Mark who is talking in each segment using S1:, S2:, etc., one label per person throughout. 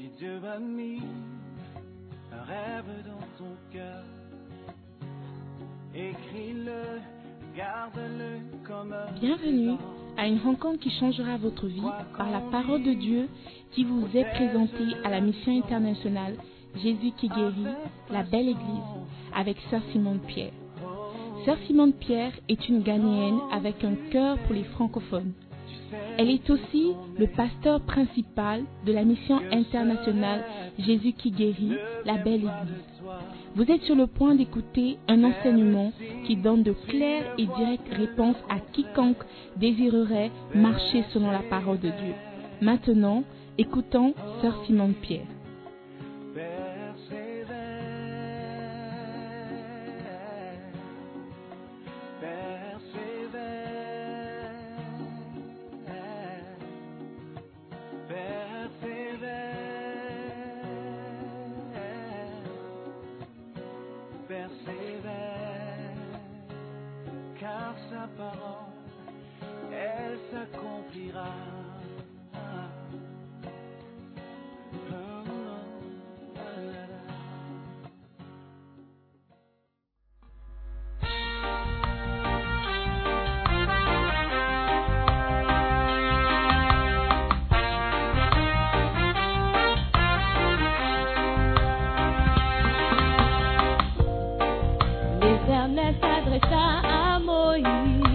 S1: Si Dieu a mis un rêve dans ton cœur, écris-le, garde-le comme un...
S2: Bienvenue à une rencontre qui changera votre vie par la parole de Dieu qui vous est présentée à la mission internationale Jésus qui guérit, la belle église, avec Sœur Simone Pierre. Sœur Simone Pierre est une Ghanéenne avec un cœur pour les francophones. Elle est aussi le pasteur principal de la mission internationale Jésus qui guérit, la belle église. Vous êtes sur le point d'écouter un enseignement qui donne de claires et directes réponses à quiconque désirerait marcher selon la parole de Dieu. Maintenant, écoutons Sœur Simone Pierre.
S1: Car sa parole, elle s'accomplira.
S3: L'Éternel s'adressa à Moïse.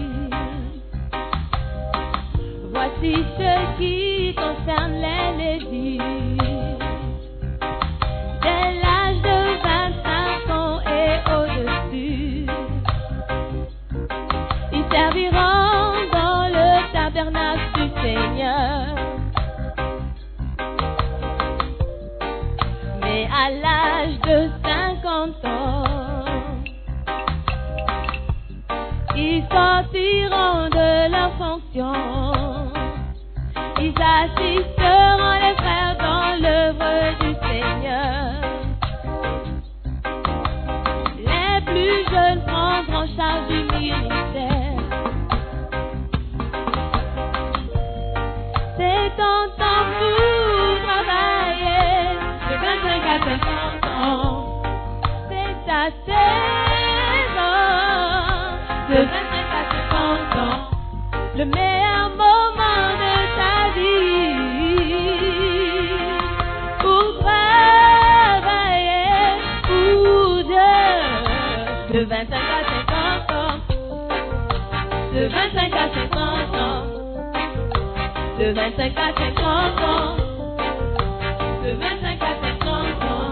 S3: Voici ce qui concerne les Lévites. Dès l'âge de 25 ans et au-dessus, ils serviront dans le tabernacle du Seigneur. Mais à l'âge de 50 ans, ils sortiront de leur fonction. Ils assisteront les frères dans l'œuvre du Seigneur. Les plus jeunes prendront charge du ministère. C'est ton temps pour travailler de 25 à 50 ans. C'est ta saison. De 25 à 50 ans, le meilleur moment de ta vie, pour travailler pour Dieu. De 25 à 50 ans, de 25 à 50 ans, de 25 à 50 ans, de 25 à 50 ans.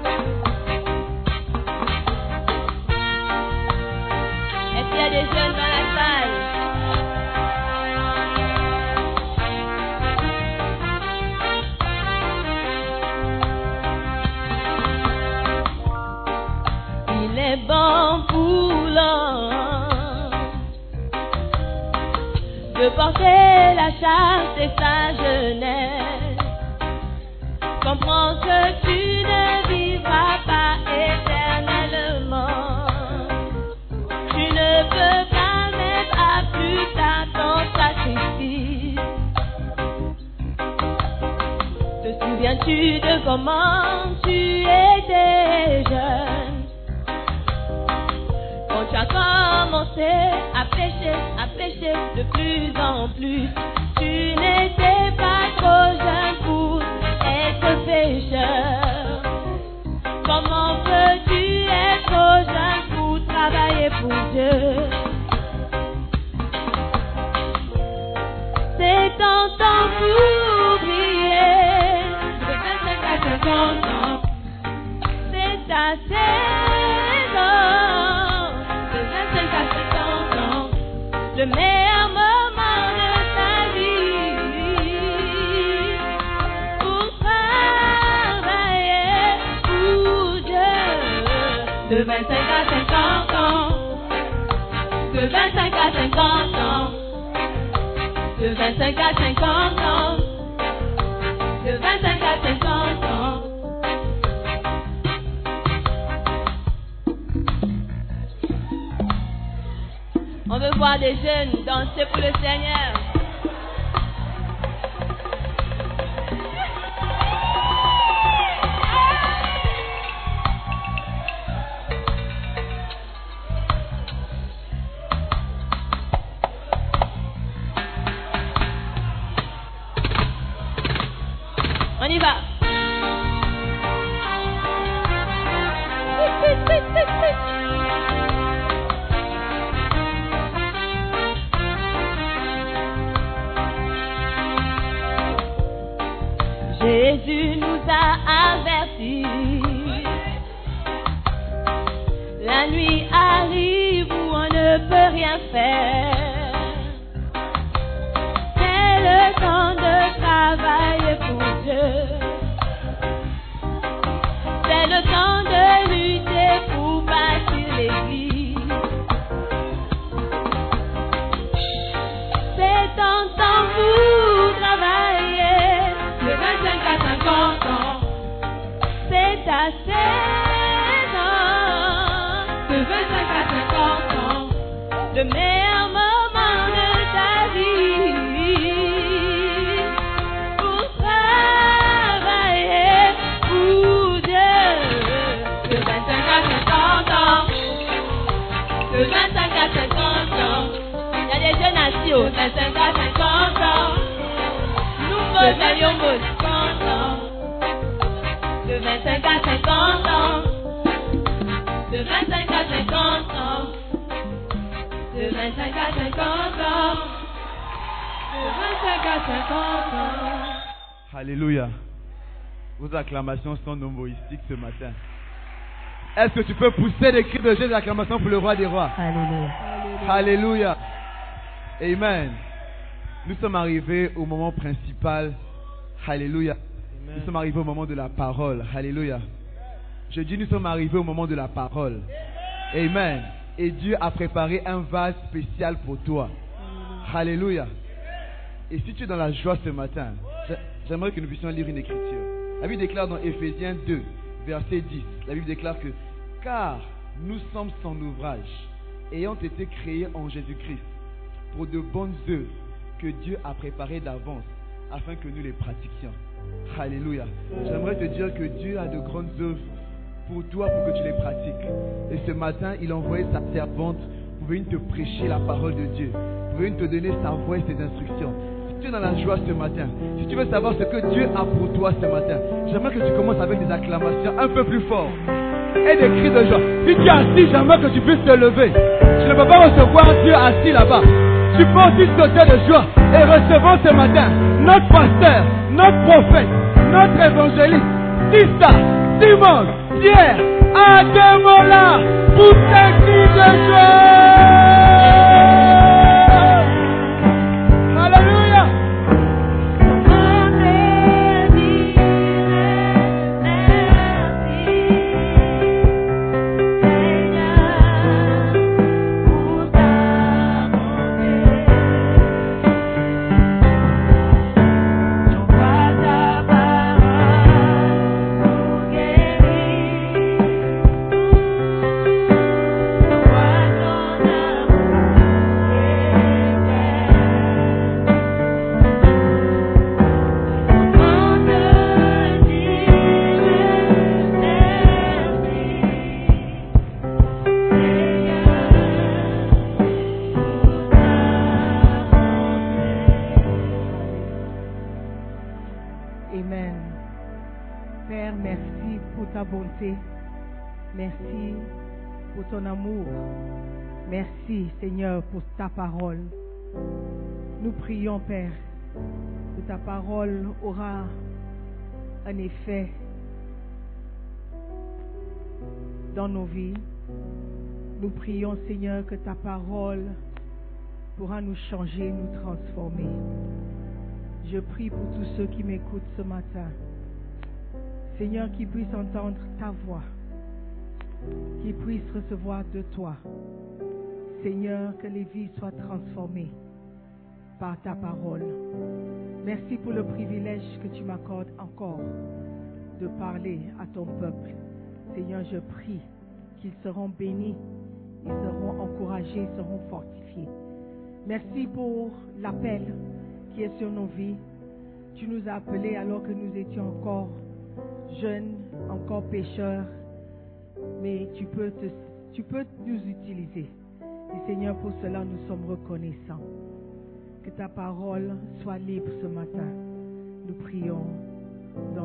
S3: Il y a des jeunes dans la salle. Il est bon pour l'homme de porter la charge de sa jeunesse. Comprends que tu ne vivras pas éternellement. Tu ne peux pas mettre à plus tard ton sacrifice. Te souviens-tu de comment tu étais jeune? Quand tu as commencé à pécher de plus en plus, tu n'étais pas trop jeune pour être pécheur. Comment peux-tu être trop jeune pour travailler pour Dieu? C'est ton temps pour briller. De 25 à 50 ans, c'est ta saison. De 25 à 50 ans, le meilleur moment de ta vie, pour travailler pour Dieu. De 25 à 50 ans, de 25 à 50 ans, de 25 à 50 ans, de 25 à 50 ans. On veut voir des jeunes danser pour le Seigneur. On y va. Jésus nous a avertis. La nuit arrive où on ne peut rien faire. C'est le temps de travailler pour Dieu. C'est le temps de lutter pour bâtir l'église. C'est un temps pour travailler de 25 à 50 ans. C'est assez de 25 à 50 ans, le meilleur moment de ta vie pour travailler pour Dieu. De 25 à 50 ans, de 25 à 50 ans, il y a des jeunes assis au 25 à 50 ans, nous allions 50 ans, de 25 à 50 ans. De 25 à 50 ans. De 25 à 50 ans. De 25 à 50 ans.
S4: Alléluia. Vos acclamations sont nombristiques ce matin. Est-ce que tu peux pousser des cris de Jésus d'acclamation pour le roi des rois?
S3: Alléluia.
S4: Alléluia. Amen. Nous sommes arrivés au moment principal. Alléluia. Amen. Nous sommes arrivés au moment de la parole. Alléluia. Je dis, nous sommes arrivés au moment de la parole. Amen. Et Dieu a préparé un vase spécial pour toi. Alléluia. Et si tu es dans la joie ce matin, j'aimerais que nous puissions lire une écriture. La Bible déclare dans Éphésiens 2, verset 10. La Bible déclare que, car nous sommes son ouvrage, ayant été créés en Jésus-Christ, pour de bonnes œuvres que Dieu a préparées d'avance, afin que nous les pratiquions. Alléluia. J'aimerais te dire que Dieu a de grandes œuvres pour toi, pour que tu les pratiques. Et ce matin, il a envoyé sa servante pour venir te prêcher la parole de Dieu, pour venir te donner sa voix et ses instructions. Si tu es dans la joie ce matin, si tu veux savoir ce que Dieu a pour toi ce matin, j'aimerais que tu commences avec des acclamations un peu plus fortes et des cris de joie. Si tu es assis, j'aimerais que tu puisses te lever. Tu ne peux pas recevoir Dieu assis là-bas. Tu peux aussi sauter de joie et recevoir ce matin notre pasteur, notre prophète, notre évangéliste, Tissa, Simon, Pierre, Ademola, pour tes cris de joie. Alléluia.
S5: Merci pour ton amour. Merci, Seigneur, pour ta parole. Nous prions, Père, que ta parole aura un effet dans nos vies. Nous prions, Seigneur, que ta parole pourra nous changer, nous transformer. Je prie pour tous ceux qui m'écoutent ce matin. Seigneur, qu'ils puissent entendre ta voix, qu'ils puissent recevoir de toi. Seigneur, que les vies soient transformées par ta parole. Merci pour le privilège que tu m'accordes encore de parler à ton peuple. Seigneur, je prie qu'ils seront bénis, ils seront encouragés, ils seront fortifiés. Merci pour l'appel qui est sur nos vies. Tu nous as appelés alors que nous étions encore jeunes, encore pécheurs, mais tu peux nous utiliser. Et Seigneur, pour cela, nous sommes reconnaissants. Que ta parole soit libre ce matin. Nous prions dans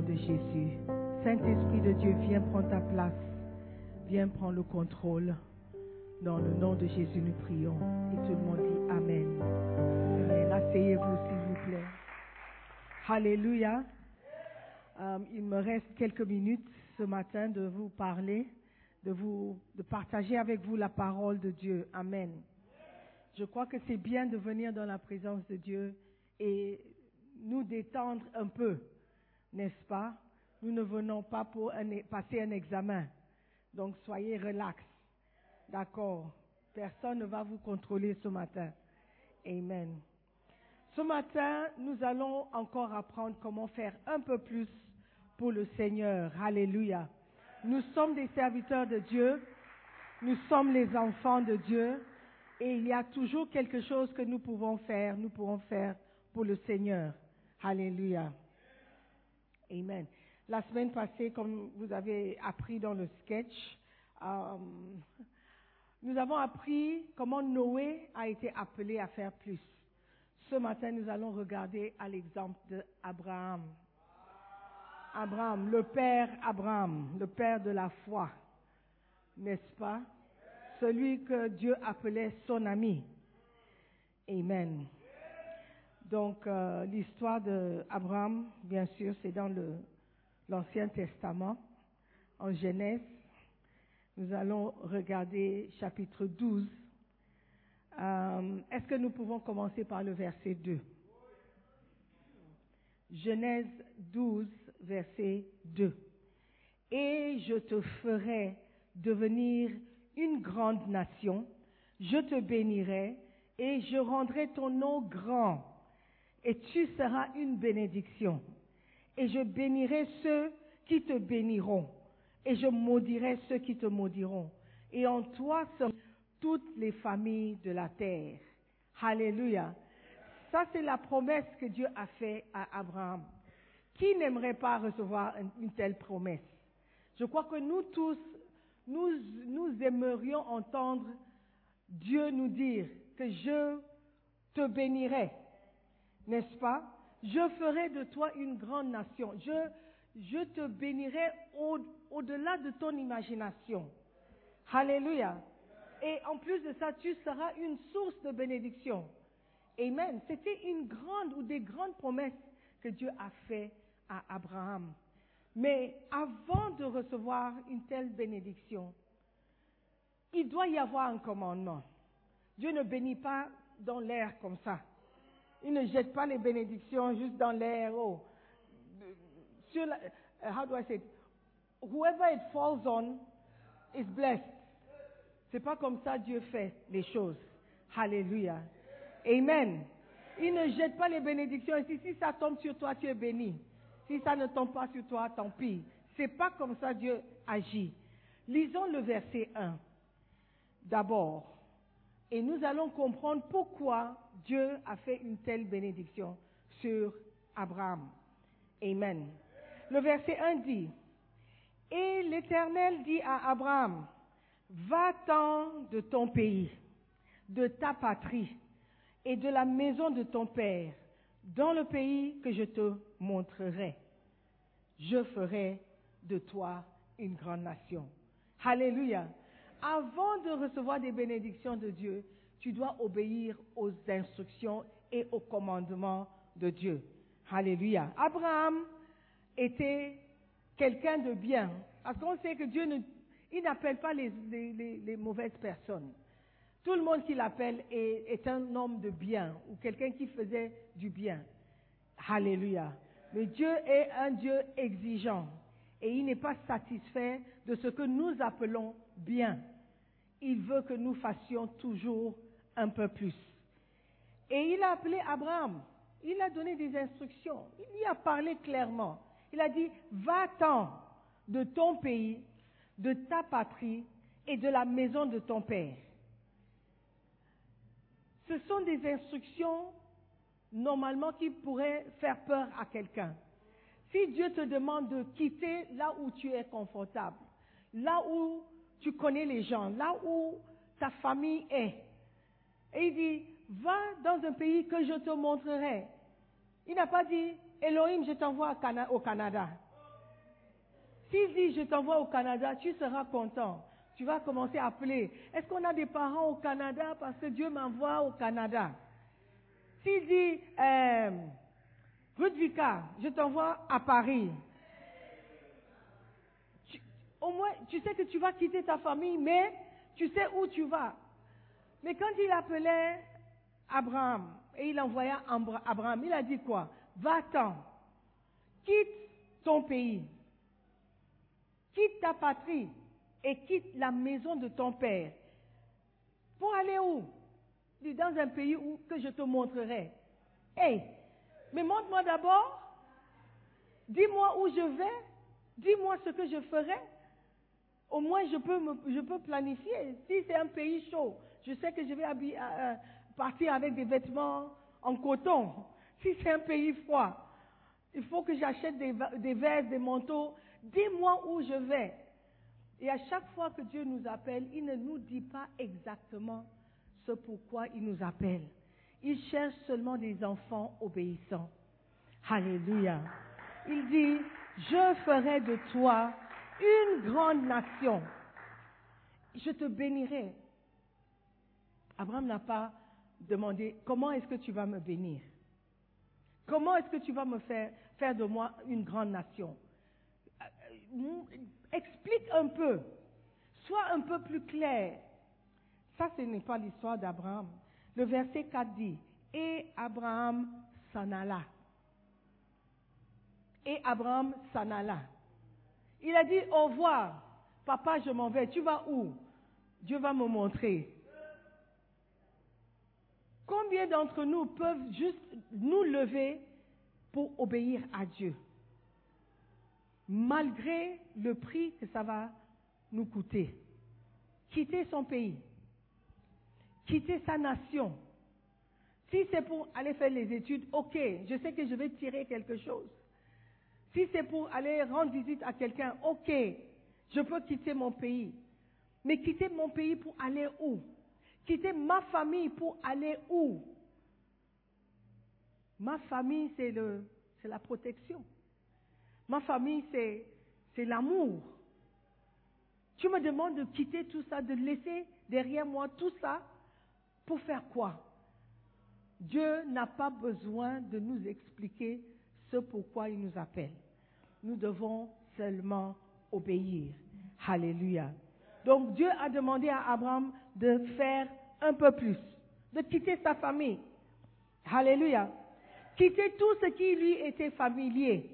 S5: de Jésus. Saint-Esprit de Dieu, viens prendre ta place. Viens prendre le contrôle. Dans le nom de Jésus, nous prions. Et tout le monde dit Amen. Amen. Asseyez-vous, s'il vous plaît. Alléluia. Il me reste quelques minutes ce matin de vous parler, de partager avec vous la parole de Dieu. Amen. Je crois que c'est bien de venir dans la présence de Dieu et nous détendre un peu, n'est-ce pas? Nous ne venons pas pour passer un examen. Donc soyez relax. D'accord? Personne ne va vous contrôler ce matin. Amen. Ce matin, nous allons encore apprendre comment faire un peu plus pour le Seigneur. Alléluia. Nous sommes des serviteurs de Dieu. Nous sommes les enfants de Dieu. Et il y a toujours quelque chose que nous pouvons faire pour le Seigneur. Alléluia. Amen. La semaine passée, comme vous avez appris dans le sketch, nous avons appris comment Noé a été appelé à faire plus. Ce matin, nous allons regarder à l'exemple d'Abraham. Abraham, le père Abraham, le père de la foi, n'est-ce pas? Celui que Dieu appelait son ami. Amen. Donc, l'histoire d'Abraham, bien sûr, c'est dans l'Ancien Testament, en Genèse. Nous allons regarder chapitre 12. Est-ce que nous pouvons commencer par le verset 2? Genèse 12, verset 2. Et je te ferai devenir une grande nation, je te bénirai et je rendrai ton nom grand, et tu seras une bénédiction. Et je bénirai ceux qui te béniront, et je maudirai ceux qui te maudiront. Et en toi seront toutes les familles de la terre. Alléluia. Ça, c'est la promesse que Dieu a faite à Abraham. Qui n'aimerait pas recevoir une telle promesse? Je crois que nous tous, nous aimerions entendre Dieu nous dire que je te bénirai, n'est-ce pas? Je ferai de toi une grande nation. Je te bénirai au-delà de ton imagination. Alléluia. Et en plus de ça, tu seras une source de bénédiction. Amen. C'était une grande ou des grandes promesses que Dieu a fait à Abraham. Mais avant de recevoir une telle bénédiction, il doit y avoir un commandement. Dieu ne bénit pas dans l'air comme ça. Il ne jette pas les bénédictions juste dans l'air. Oh. How do I say it? Whoever it falls on is blessed. C'est pas comme ça Dieu fait les choses. Alléluia. Amen. Il ne jette pas les bénédictions. Et si ça tombe sur toi, tu es béni. Si ça ne tombe pas sur toi, tant pis. C'est pas comme ça Dieu agit. Lisons le verset 1. D'abord. Et nous allons comprendre pourquoi Dieu a fait une telle bénédiction sur Abraham. Amen. Le verset 1 dit, et l'Éternel dit à Abraham, va-t'en de ton pays, de ta patrie et de la maison de ton père, dans le pays que je te montrerai. Je ferai de toi une grande nation. Alléluia. Avant de recevoir des bénédictions de Dieu, tu dois obéir aux instructions et aux commandements de Dieu. Alléluia. Abraham était quelqu'un de bien. Parce qu'on sait que Dieu il n'appelle pas les mauvaises personnes. Tout le monde qui l'appelle est un homme de bien ou quelqu'un qui faisait du bien. Alléluia. Mais Dieu est un Dieu exigeant et il n'est pas satisfait de ce que nous appelons bien. Il veut que nous fassions toujours un peu plus. Et il a appelé Abraham. Il a donné des instructions. Il lui a parlé clairement. Il a dit, va-t'en de ton pays, de ta patrie et de la maison de ton père. Ce sont des instructions normalement qui pourraient faire peur à quelqu'un. Si Dieu te demande de quitter là où tu es confortable, là où tu connais les gens, là où ta famille est, et il dit, va dans un pays que je te montrerai. Il n'a pas dit, Elohim, je t'envoie au Canada. S'il dit, je t'envoie au Canada, tu seras content. Tu vas commencer à appeler. Est-ce qu'on a des parents au Canada parce que Dieu m'envoie au Canada? S'il dit, Ruth Vika, je t'envoie à Paris. Au moins, tu sais que tu vas quitter ta famille, mais tu sais où tu vas. Mais quand il appelait Abraham, et il envoyait Abraham, il a dit quoi? Va-t'en, quitte ton pays, quitte ta patrie et quitte la maison de ton père. Pour aller où? Il dit, dans un pays que je te montrerai. Hey, mais montre-moi d'abord, dis-moi où je vais, dis-moi ce que je ferai. Au moins, je peux planifier. Si c'est un pays chaud, je sais que je vais partir avec des vêtements en coton. Si c'est un pays froid, il faut que j'achète des vestes, des manteaux. Dis-moi où je vais. Et à chaque fois que Dieu nous appelle, il ne nous dit pas exactement ce pourquoi il nous appelle. Il cherche seulement des enfants obéissants. Alléluia. Il dit, je ferai de toi une grande nation. Je te bénirai. Abraham n'a pas demandé, comment est-ce que tu vas me bénir? Comment est-ce que tu vas me faire de moi une grande nation? Explique un peu. Sois un peu plus clair. Ça, ce n'est pas l'histoire d'Abraham. Le verset 4 dit, et Abraham s'en alla. Et Abraham s'en alla. Il a dit, au revoir, papa, je m'en vais. Tu vas où? Dieu va me montrer. Combien d'entre nous peuvent juste nous lever pour obéir à Dieu, malgré le prix que ça va nous coûter? Quitter son pays, quitter sa nation. Si c'est pour aller faire les études, ok, je sais que je vais tirer quelque chose. Si c'est pour aller rendre visite à quelqu'un, ok, je peux quitter mon pays. Mais quitter mon pays pour aller où? Quitter ma famille pour aller où? Ma famille, c'est la protection. Ma famille, c'est l'amour. Tu me demandes de quitter tout ça, de laisser derrière moi tout ça, pour faire quoi? Dieu n'a pas besoin de nous expliquer ce pourquoi il nous appelle. Nous devons seulement obéir. Alléluia. Donc Dieu a demandé à Abraham de faire un peu plus, de quitter sa famille. Alléluia. Quitter tout ce qui lui était familier.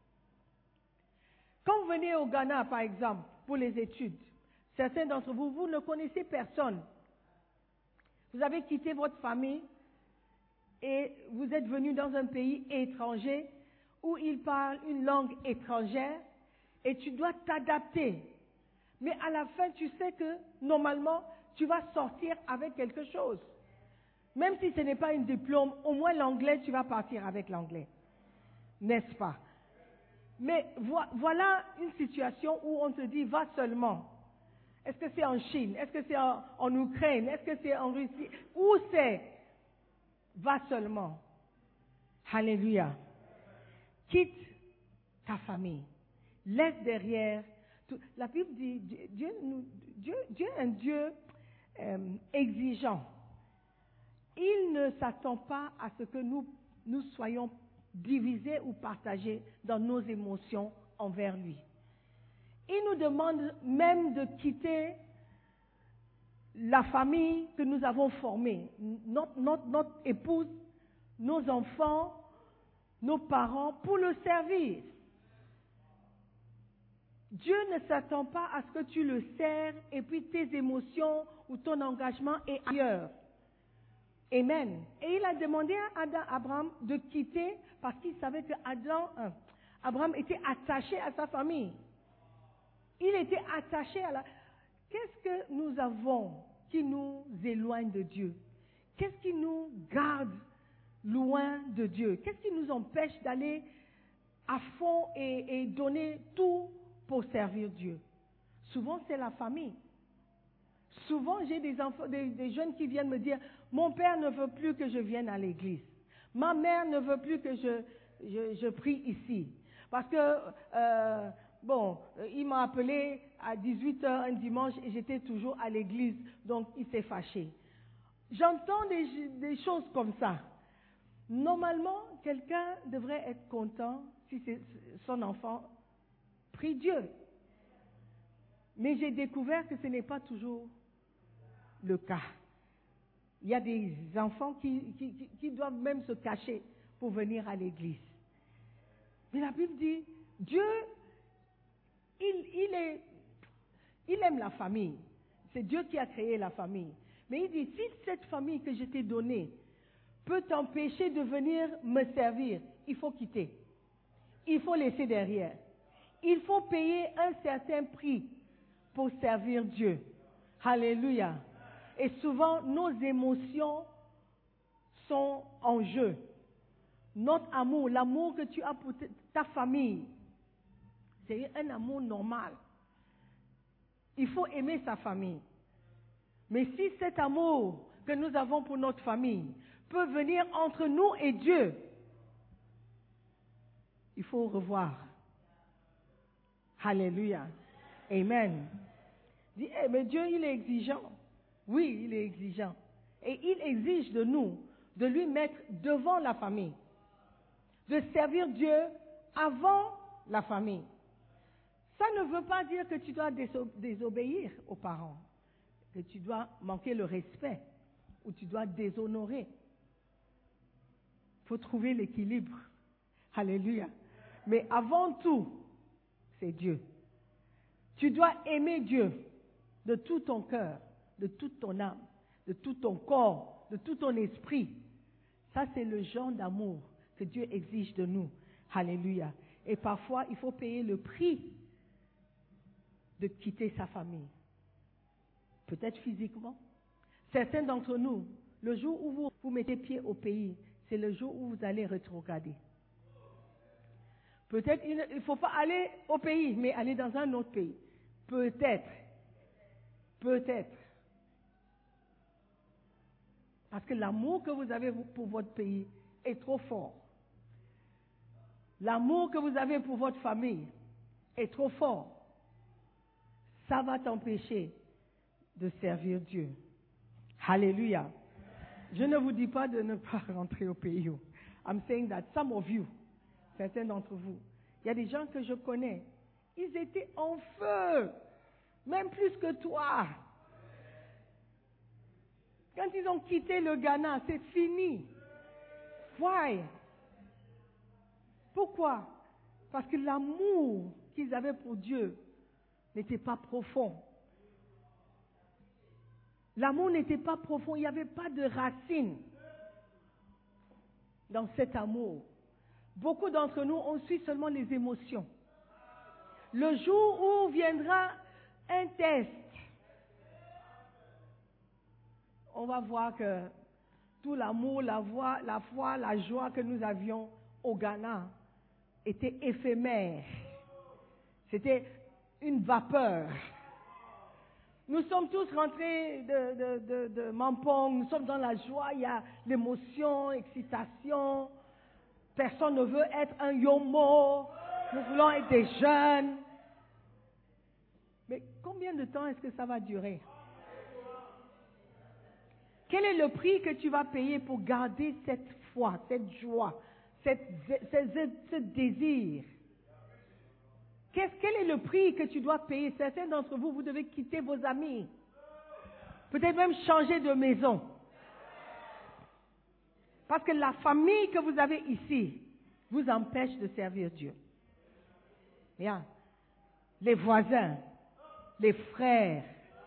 S5: Quand vous venez au Ghana, par exemple, pour les études, certains d'entre vous, vous ne connaissez personne. Vous avez quitté votre famille et vous êtes venu dans un pays étranger où ils parlent une langue étrangère et tu dois t'adapter. Mais à la fin, tu sais que normalement, tu vas sortir avec quelque chose. Même si ce n'est pas un diplôme, au moins l'anglais, tu vas partir avec l'anglais. N'est-ce pas? Mais voilà une situation où on te dit, va seulement. Est-ce que c'est en Chine? Est-ce que c'est en Ukraine? Est-ce que c'est en Russie? Où c'est? Va seulement. Alléluia. Quitte ta famille. Laisse derrière. La Bible dit, Dieu est un Dieu exigeant. Il ne s'attend pas à ce que nous soyons divisés ou partagés dans nos émotions envers lui. Il nous demande même de quitter la famille que nous avons formée, notre épouse, nos enfants, nos parents, pour le servir. Dieu ne s'attend pas à ce que tu le sers et puis tes émotions ou ton engagement est ailleurs. Amen. Et il a demandé à Abraham de quitter parce qu'il savait que Abraham était attaché à sa famille. Il était attaché à la... Qu'est-ce que nous avons qui nous éloigne de Dieu? Qu'est-ce qui nous garde loin de Dieu? Qu'est-ce qui nous empêche d'aller à fond et donner tout pour servir Dieu? Souvent, c'est la famille. Souvent, j'ai des enfants, des jeunes qui viennent me dire, mon père ne veut plus que je vienne à l'église. Ma mère ne veut plus que je prie ici. Parce que bon, il m'a appelé à 18h un dimanche et j'étais toujours à l'église, donc il s'est fâché. J'entends des choses comme ça. Normalement, quelqu'un devrait être content si son enfant prie Dieu. Mais j'ai découvert que ce n'est pas toujours le cas. Il y a des enfants qui doivent même se cacher pour venir à l'église. Mais la Bible dit, Dieu, il aime la famille. C'est Dieu qui a créé la famille. Mais il dit, si cette famille que je t'ai donnée peut t'empêcher de venir me servir, il faut quitter. Il faut laisser derrière. Il faut payer un certain prix pour servir Dieu. Alléluia. Et souvent, nos émotions sont en jeu. Notre amour, l'amour que tu as pour ta famille, c'est un amour normal. Il faut aimer sa famille. Mais si cet amour que nous avons pour notre famille peut venir entre nous et Dieu, il faut revoir. Alléluia. Amen. Dis, mais Dieu, il est exigeant. Oui, il est exigeant. Et il exige de nous de lui mettre devant la famille. De servir Dieu avant la famille. Ça ne veut pas dire que tu dois désobéir aux parents, que tu dois manquer le respect ou tu dois déshonorer. Il faut trouver l'équilibre. Alléluia. Mais avant tout, c'est Dieu. Tu dois aimer Dieu de tout ton cœur, de toute ton âme, de tout ton corps, de tout ton esprit. Ça, c'est le genre d'amour que Dieu exige de nous. Alléluia. Et parfois, il faut payer le prix de quitter sa famille. Peut-être physiquement. Certains d'entre nous, le jour où vous mettez pied au pays, c'est le jour où vous allez rétrograder. Peut-être il ne faut pas aller au pays, mais aller dans un autre pays. Peut-être. Peut-être. Parce que l'amour que vous avez pour votre pays est trop fort. L'amour que vous avez pour votre famille est trop fort. Ça va t'empêcher de servir Dieu. Alléluia. Je ne vous dis pas de ne pas rentrer au pays. I'm saying that some of you, certains d'entre vous, il y a des gens que je connais, ils étaient en feu, même plus que toi. Quand ils ont quitté le Ghana, c'est fini. Why? Pourquoi? Parce que l'amour qu'ils avaient pour Dieu n'était pas profond. L'amour n'était pas profond, il n'y avait pas de racines dans cet amour. Beaucoup d'entre nous, on suit seulement les émotions. Le jour où viendra un test, on va voir que tout l'amour, la foi, la joie que nous avions au Ghana était éphémère. C'était une vapeur. Nous sommes tous rentrés de Mampong, nous sommes dans la joie, il y a l'émotion, l'excitation. Personne ne veut être un yomo, nous voulons être des jeunes. Mais combien de temps est-ce que ça va durer? Quel est le prix que tu vas payer pour garder cette foi, cette joie, ce désir? Quel est le prix que tu dois payer? Certains d'entre vous, vous devez quitter vos amis. Peut-être même changer de maison. Parce que la famille que vous avez ici vous empêche de servir Dieu. Bien. Les voisins, les frères.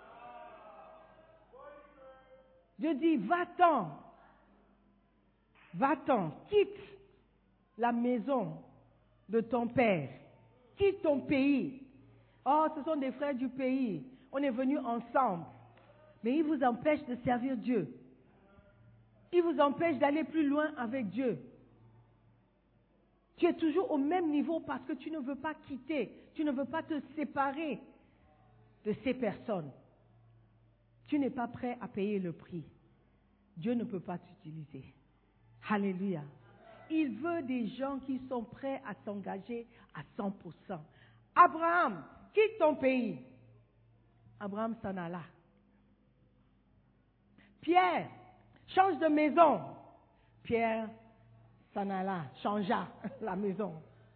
S5: Dieu dit, va-t'en. Va-t'en. Quitte la maison de ton père. Quitte ton pays. Oh, ce sont des frères du pays. On est venus ensemble. Mais ils vous empêchent de servir Dieu. Ils vous empêchent d'aller plus loin avec Dieu. Tu es toujours au même niveau parce que tu ne veux pas quitter. Tu ne veux pas te séparer de ces personnes. Tu n'es pas prêt à payer le prix. Dieu ne peut pas t'utiliser. Alléluia. Il veut des gens qui sont prêts à s'engager à 100%, Abraham, quitte ton pays. Abraham s'en alla. Pierre, change de maison. Pierre s'en alla, changea la maison.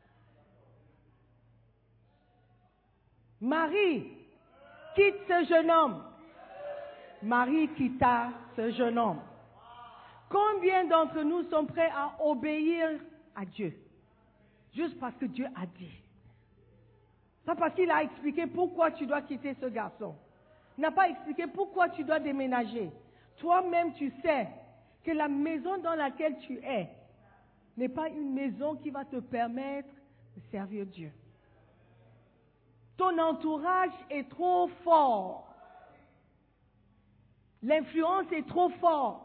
S5: Marie, quitte ce jeune homme. Marie quitta ce jeune homme. Combien d'entre nous sont prêts à obéir à Dieu? Juste parce que Dieu a dit. Pas parce qu'il a expliqué pourquoi tu dois quitter ce garçon. Il n'a pas expliqué pourquoi tu dois déménager. Toi-même, tu sais que la maison dans laquelle tu es n'est pas une maison qui va te permettre de servir Dieu. Ton entourage est trop fort. L'influence est trop forte.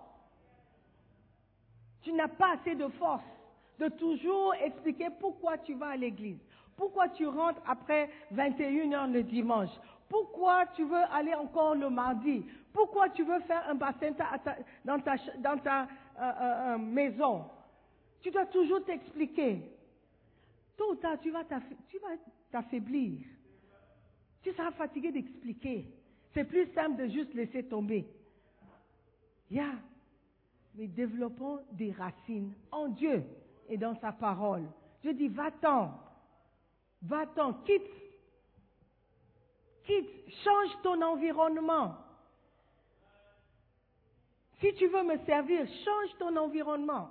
S5: Tu n'as pas assez de force de toujours expliquer pourquoi tu vas à l'église. Pourquoi tu rentres après 21h le dimanche? Pourquoi tu veux aller encore le mardi? Pourquoi tu veux faire un bassin dans ta maison? Tu dois toujours t'expliquer. Tôt ou tard, tu vas t'affaiblir. Tu seras fatigué d'expliquer. C'est plus simple de juste laisser tomber. Mais développons des racines en Dieu et dans sa parole. Dieu dit, va-t'en, quitte, change ton environnement. Si tu veux me servir, change ton environnement.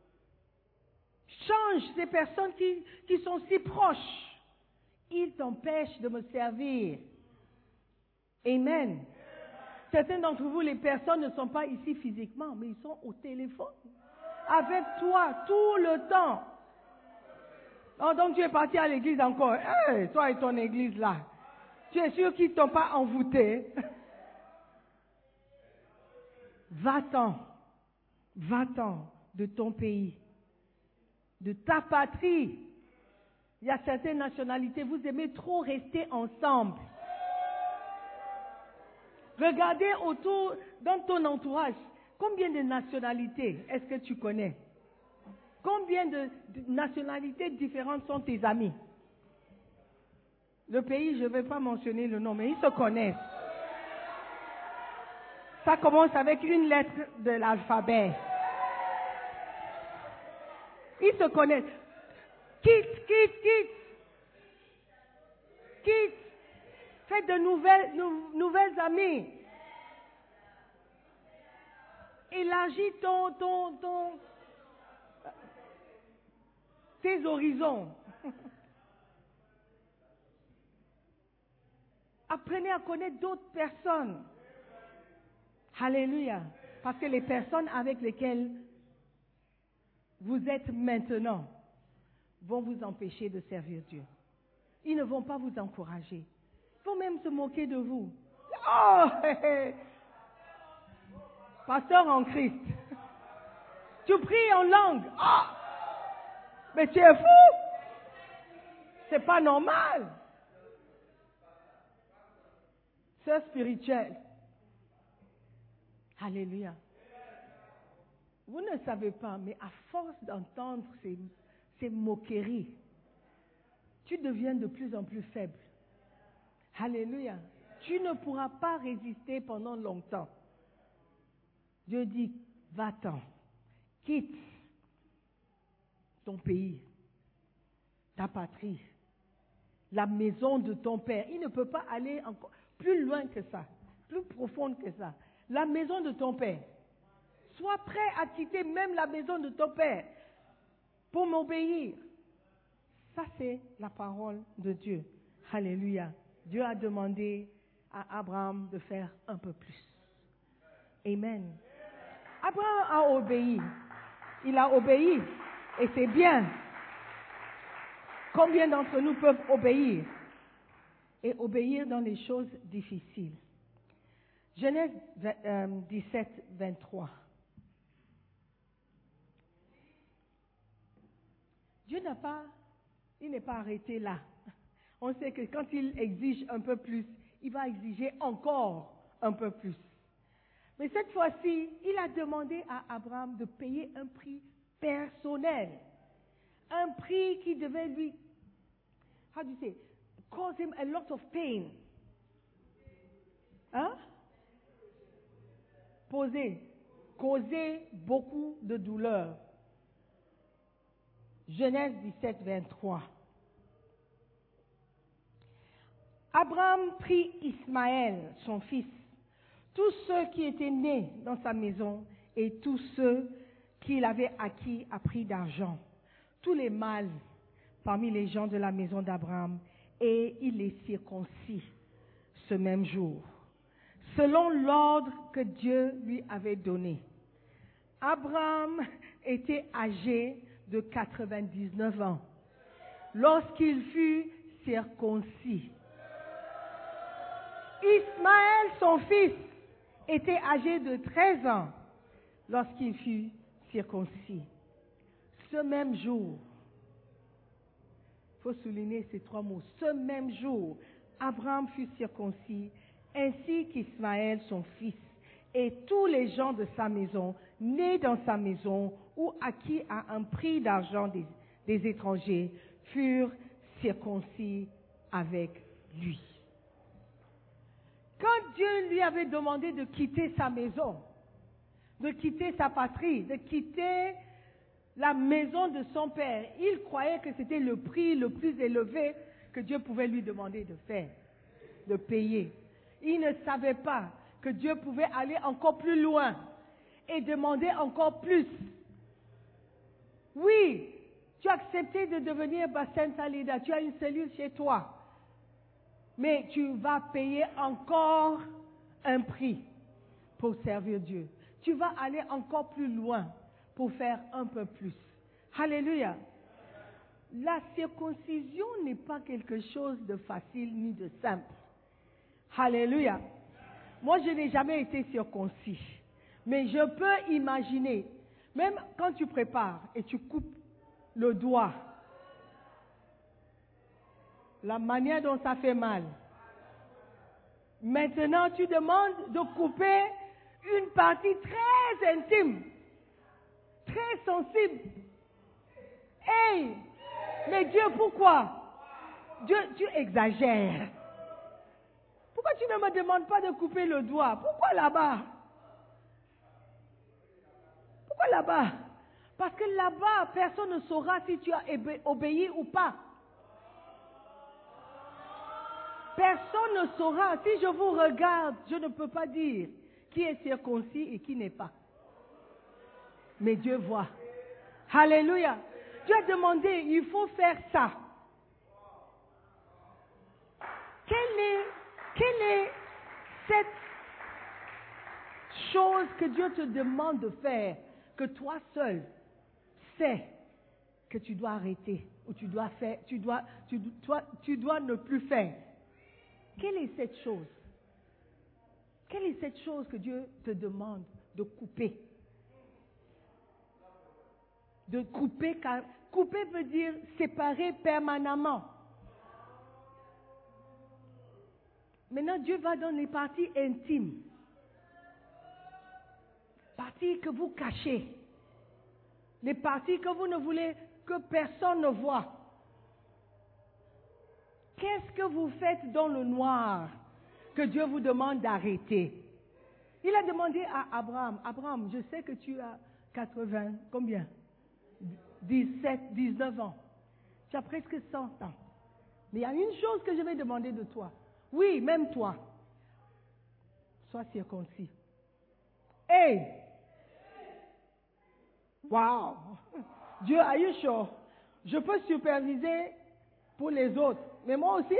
S5: Change ces personnes qui sont si proches. Ils t'empêchent de me servir. Amen. Certains d'entre vous, les personnes ne sont pas ici physiquement, mais ils sont au téléphone. Avec toi, tout le temps. Oh, donc tu es parti à l'église encore. Hey, toi et ton église là. Tu es sûr qu'ils ne t'ont pas envoûté? Va-t'en de ton pays, de ta patrie. Il y a certaines nationalités, vous aimez trop rester ensemble. Regardez autour, dans ton entourage, combien de nationalités est-ce que tu connais? Combien de nationalités différentes sont tes amis? Le pays, je ne vais pas mentionner le nom, mais ils se connaissent. Ça commence avec une lettre de l'alphabet. Ils se connaissent. Quitte. Fais de nouvelles amies. Élargis tes horizons. Apprenez à connaître d'autres personnes. Alléluia. Parce que les personnes avec lesquelles vous êtes maintenant vont vous empêcher de servir Dieu. Ils ne vont pas vous encourager. Ils vont même se moquer de vous. Oh, pasteur en Christ, tu pries en langue. Oh, mais tu es fou. C'est pas normal. Sœur spirituelle. Alléluia. Vous ne savez pas, mais à force d'entendre ces moqueries, tu deviens de plus en plus faible. Alléluia. Tu ne pourras pas résister pendant longtemps. Dieu dit, va-t'en, quitte ton pays, ta patrie, la maison de ton père. Il ne peut pas aller encore plus loin que ça, plus profonde que ça. La maison de ton père. Sois prêt à quitter même la maison de ton père pour m'obéir. Ça, c'est la parole de Dieu. Alléluia. Dieu a demandé à Abraham de faire un peu plus. Amen. Abraham a obéi. Il a obéi. Et c'est bien. Combien d'entre nous peuvent obéir? Et obéir dans les choses difficiles. Genèse 17, 23. Dieu il n'est pas arrêté là. On sait que quand il exige un peu plus, il va exiger encore un peu plus. Mais cette fois-ci, il a demandé à Abraham de payer un prix personnel. Un prix qui devait lui, caused him a lot of pain. Hein? Causer beaucoup de douleur. Genèse 17, 23. Abraham prit Ismaël, son fils, tous ceux qui étaient nés dans sa maison et tous ceux qu'il avait acquis à prix d'argent, tous les mâles parmi les gens de la maison d'Abraham, et il les circoncit ce même jour, selon l'ordre que Dieu lui avait donné. Abraham était âgé de 99 ans lorsqu'il fut circoncis. Ismaël, son fils, était âgé de 13 ans lorsqu'il fut circoncis. Ce même jour, il faut souligner ces trois mots, ce même jour, Abraham fut circoncis, ainsi qu'Ismaël, son fils, et tous les gens de sa maison, nés dans sa maison ou acquis à un prix d'argent des étrangers, furent circoncis avec lui. Quand Dieu lui avait demandé de quitter sa maison, de quitter sa patrie, de quitter la maison de son père, il croyait que c'était le prix le plus élevé que Dieu pouvait lui demander de faire, de payer. Il ne savait pas que Dieu pouvait aller encore plus loin et demander encore plus. Oui, tu as accepté de devenir Bassin Salida, tu as une cellule chez toi, mais tu vas payer encore un prix pour servir Dieu. Tu vas aller encore plus loin pour faire un peu plus. Alléluia. La circoncision n'est pas quelque chose de facile ni de simple. Alléluia. Moi, je n'ai jamais été circoncis. Mais je peux imaginer, même quand tu prépares et tu coupes le doigt, la manière dont ça fait mal. Maintenant, tu demandes de couper une partie très intime, très sensible. Hey! Mais Dieu, pourquoi? Dieu, tu exagères. Pourquoi tu ne me demandes pas de couper le doigt? Pourquoi là-bas? Pourquoi là-bas? Parce que là-bas, personne ne saura si tu as obéi ou pas. Personne ne saura. Si je vous regarde, je ne peux pas dire qui est circoncis et qui n'est pas. Mais Dieu voit. Alléluia. Dieu a demandé, il faut faire ça. Quelle est cette chose que Dieu te demande de faire, que toi seul sais que tu dois arrêter ou tu dois faire, tu dois ne plus faire? Quelle est cette chose? Quelle est cette chose que Dieu te demande de couper? De couper, car couper veut dire séparer permanemment. Maintenant, Dieu va dans les parties intimes. Parties que vous cachez. Les parties que vous ne voulez que personne ne voit. Qu'est-ce que vous faites dans le noir que Dieu vous demande d'arrêter? Il a demandé à Abraham, Abraham, je sais que tu as 80, combien? 17, 19 ans. Tu as presque 100 ans. Mais il y a une chose que je vais demander de toi. Oui, même toi. Sois circoncis. Hey! Wow! Dieu, are you sure? Je peux superviser pour les autres, mais moi aussi?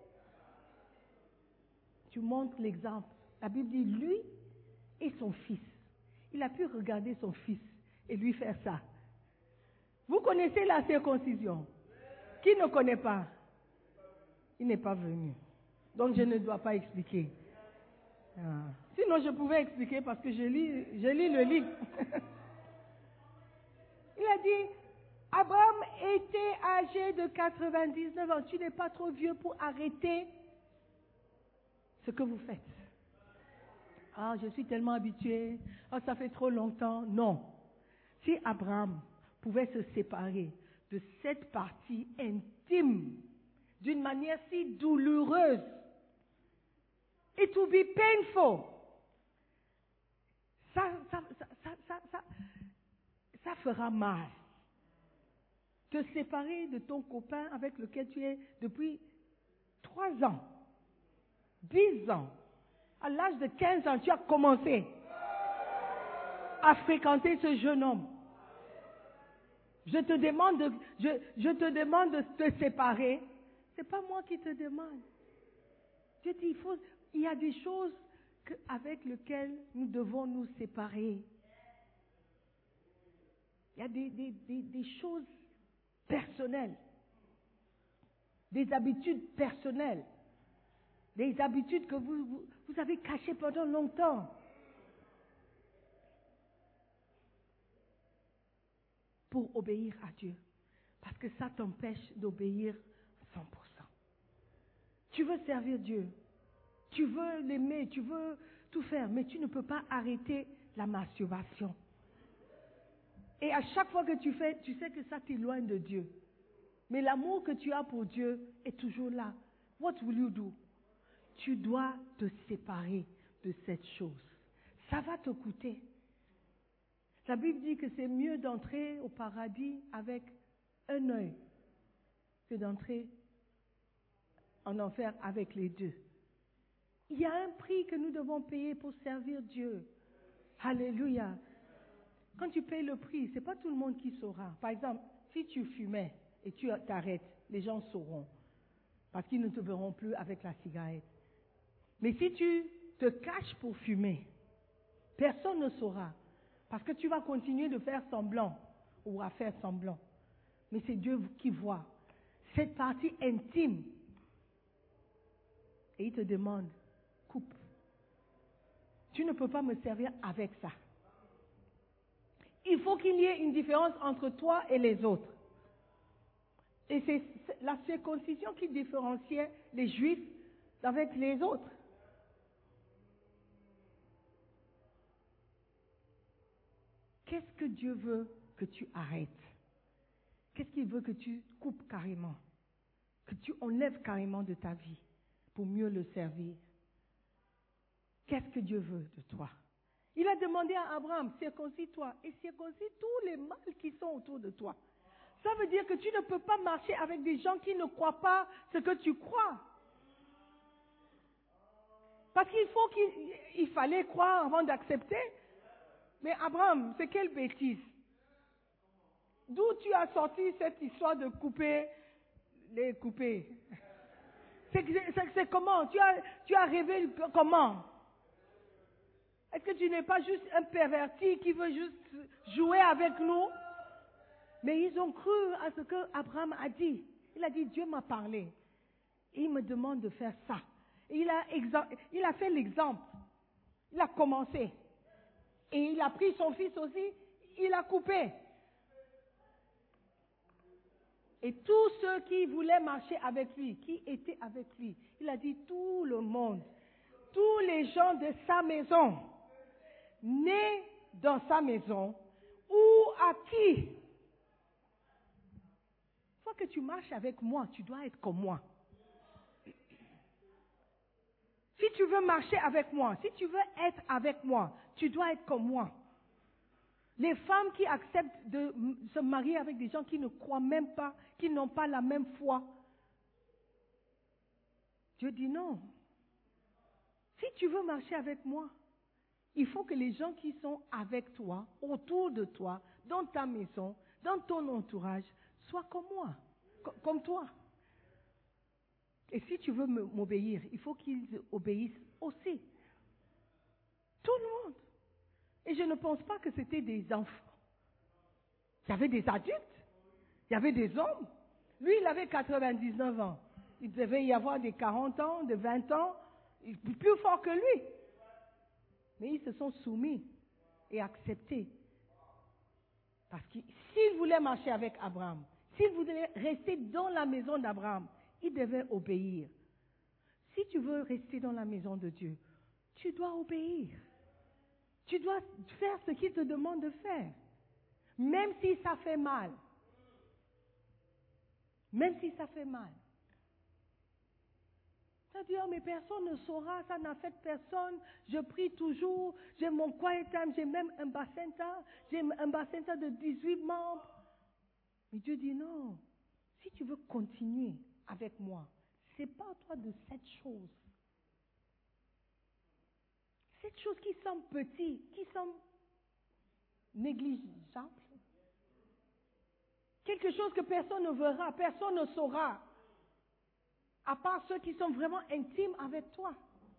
S5: Tu montres l'exemple. La Bible dit, lui et son fils. Il a pu regarder son fils et lui faire ça. Vous connaissez la circoncision? Qui ne connaît pas? Il n'est pas venu. Donc je ne dois pas expliquer. Sinon je pouvais expliquer parce que je lis le livre. Il a dit, Abraham était âgé de 99 ans. Tu n'es pas trop vieux pour arrêter ce que vous faites. Ah, je suis tellement habitué. Ah, ça fait trop longtemps. Non. Si Abraham pouvait se séparer de cette partie intime, d'une manière si douloureuse. It will be painful. Ça fera mal. Te séparer de ton copain avec lequel tu es depuis 3 ans, 10 ans. À l'âge de 15 ans, tu as commencé à fréquenter ce jeune homme. Je te demande de te séparer. C'est pas moi qui te demande. Dieu dit, il y a des choses avec lesquelles nous devons nous séparer. Il y a des choses personnelles, des habitudes personnelles, des habitudes que vous avez cachées pendant longtemps. Pour obéir à Dieu. Parce que ça t'empêche d'obéir 100%. Tu veux servir Dieu. Tu veux l'aimer, tu veux tout faire, mais tu ne peux pas arrêter la masturbation. Et à chaque fois que tu fais, tu sais que ça t'éloigne de Dieu. Mais l'amour que tu as pour Dieu est toujours là. What will you do? Tu dois te séparer de cette chose. Ça va te coûter. La Bible dit que c'est mieux d'entrer au paradis avec un œil que d'entrer en enfer avec les deux. Il y a un prix que nous devons payer pour servir Dieu. Alléluia. Quand tu payes le prix, ce n'est pas tout le monde qui saura. Par exemple, si tu fumais et tu t'arrêtes, les gens sauront. Parce qu'ils ne te verront plus avec la cigarette. Mais si tu te caches pour fumer, personne ne saura. Parce que tu vas continuer de faire semblant ou à faire semblant. Mais c'est Dieu qui voit cette partie intime. Et il te demande, coupe. Tu ne peux pas me servir avec ça. Il faut qu'il y ait une différence entre toi et les autres. Et c'est la circoncision qui différenciait les Juifs avec les autres. Qu'est-ce que Dieu veut que tu arrêtes? Qu'est-ce qu'il veut que tu coupes carrément? Que tu enlèves carrément de ta vie pour mieux le servir? Qu'est-ce que Dieu veut de toi? Il a demandé à Abraham, circoncis-toi et circoncis tous les mâles qui sont autour de toi. Ça veut dire que tu ne peux pas marcher avec des gens qui ne croient pas ce que tu crois. Parce qu'il fallait croire avant d'accepter. Mais Abraham, c'est quelle bêtise? D'où tu as sorti cette histoire de couper? C'est comment? Tu as rêvé comment? Est-ce que tu n'es pas juste un perverti qui veut juste jouer avec nous? Mais ils ont cru à ce que Abraham a dit. Il a dit, Dieu m'a parlé. Et il me demande de faire ça. Et il a fait l'exemple. Il a commencé. Et il a pris son fils aussi, il a coupé. Et tous ceux qui voulaient marcher avec lui, qui étaient avec lui, il a dit tout le monde, tous les gens de sa maison, nés dans sa maison, ou à qui? Une fois que tu marches avec moi, tu dois être comme moi. Si tu veux marcher avec moi, si tu veux être avec moi, tu dois être comme moi. Les femmes qui acceptent de se marier avec des gens qui ne croient même pas, qui n'ont pas la même foi, Dieu dit non. Si tu veux marcher avec moi, il faut que les gens qui sont avec toi, autour de toi, dans ta maison, dans ton entourage, soient comme moi, comme toi. Et si tu veux m'obéir, il faut qu'ils obéissent aussi. Tout le monde. Et je ne pense pas que c'était des enfants. Il y avait des adultes. Il y avait des hommes. Lui, il avait 99 ans. Il devait y avoir des 40 ans, de 20 ans, plus fort que lui. Mais ils se sont soumis et acceptés. Parce que s'ils voulaient marcher avec Abraham, s'ils voulaient rester dans la maison d'Abraham, ils devaient obéir. Si tu veux rester dans la maison de Dieu, tu dois obéir. Tu dois faire ce qu'il te demande de faire. Même si ça fait mal. Même si ça fait mal. Tu as dit, oh, mais personne ne saura, ça n'affecte personne. Je prie toujours, j'ai mon quiet time, j'ai même un bacenta, j'ai un bacenta de 18 membres. Mais Dieu dit non, si tu veux continuer avec moi, sépare-toi de cette chose. Cette chose qui semble petite, qui semble négligeable. Quelque chose que personne ne verra, personne ne saura. À part ceux qui sont vraiment intimes avec toi.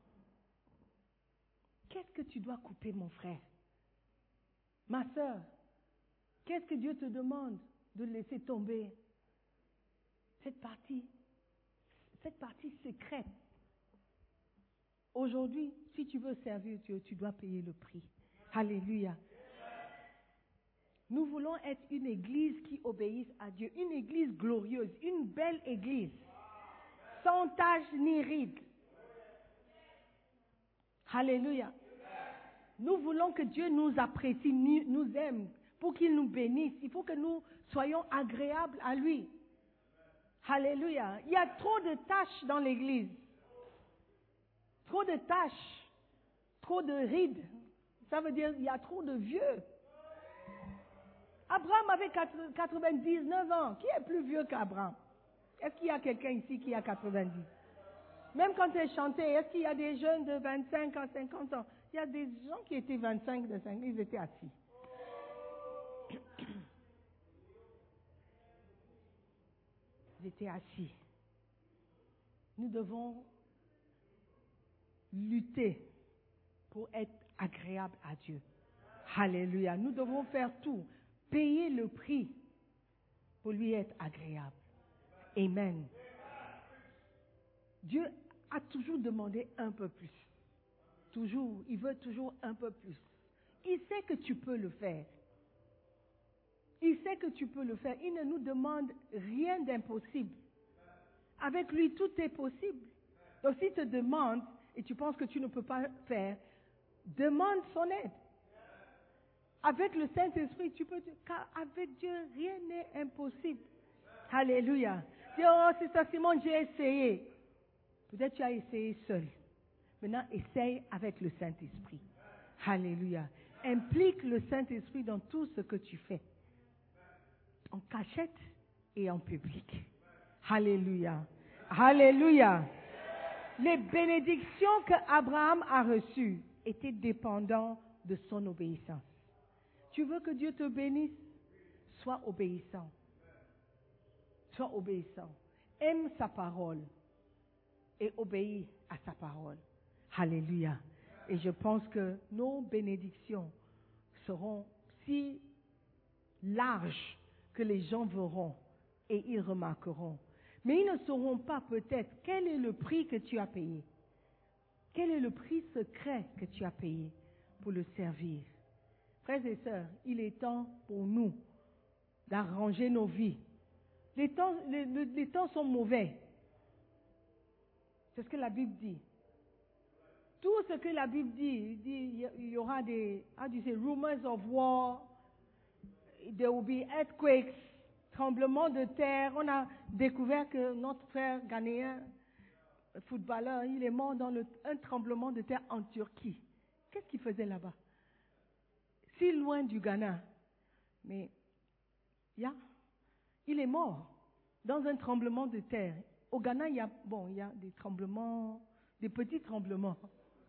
S5: Qu'est-ce que tu dois couper, mon frère? Ma soeur, qu'est-ce que Dieu te demande de laisser tomber? Cette partie secrète. Aujourd'hui, si tu veux servir Dieu, tu dois payer le prix. Alléluia. Nous voulons être une église qui obéisse à Dieu, une église glorieuse, une belle église. Sans tache ni ride. Alléluia. Nous voulons que Dieu nous apprécie, nous aime, pour qu'il nous bénisse. Il faut que nous soyons agréables à lui. Alléluia. Il y a trop de tâches dans l'église. Trop de tâches. Trop de rides. Ça veut dire qu'il y a trop de vieux. Abraham avait 99 ans. Qui est plus vieux qu'Abraham? Est-ce qu'il y a quelqu'un ici qui a 90? Même quand il chantait, est-ce qu'il y a des jeunes de 25 à 50 ans? Il y a des gens qui étaient 25, ils étaient assis. Ils étaient assis. Nous devons lutter pour être agréables à Dieu. Alléluia. Nous devons faire tout, payer le prix pour lui être agréable. Amen. Dieu a toujours demandé un peu plus. Toujours, il veut toujours un peu plus. Il sait que tu peux le faire. Il sait que tu peux le faire. Il ne nous demande rien d'impossible. Avec lui, tout est possible. Donc s'il te demande et tu penses que tu ne peux pas faire, demande son aide. Avec le Saint-Esprit, tu peux dire, car avec Dieu, rien n'est impossible. Alléluia. Dis, oh, c'est ça, Simon, j'ai essayé. Peut-être tu as essayé seul. Maintenant, essaye avec le Saint-Esprit. Alléluia. Implique le Saint-Esprit dans tout ce que tu fais. En cachette et en public. Alléluia. Alléluia. Les bénédictions que Abraham a reçues étaient dépendantes de son obéissance. Tu veux que Dieu te bénisse? Sois obéissant. Sois obéissant. Aime sa parole et obéis à sa parole. Alléluia. Et je pense que nos bénédictions seront si larges que les gens verront et ils remarqueront. Mais ils ne sauront pas peut-être quel est le prix que tu as payé. Quel est le prix secret que tu as payé pour le servir. Frères et sœurs, il est temps pour nous d'arranger nos vies. Les temps sont mauvais. C'est ce que la Bible dit. Tout ce que la Bible dit, il y aura des, rumors of war, there will be earthquakes, tremblements de terre. On a découvert que notre frère ghanéen, footballeur, il est mort dans un tremblement de terre en Turquie. Qu'est-ce qu'il faisait là-bas? Si loin du Ghana. Mais, il est mort dans un tremblement de terre. Au Ghana, il y a des tremblements, des petits tremblements.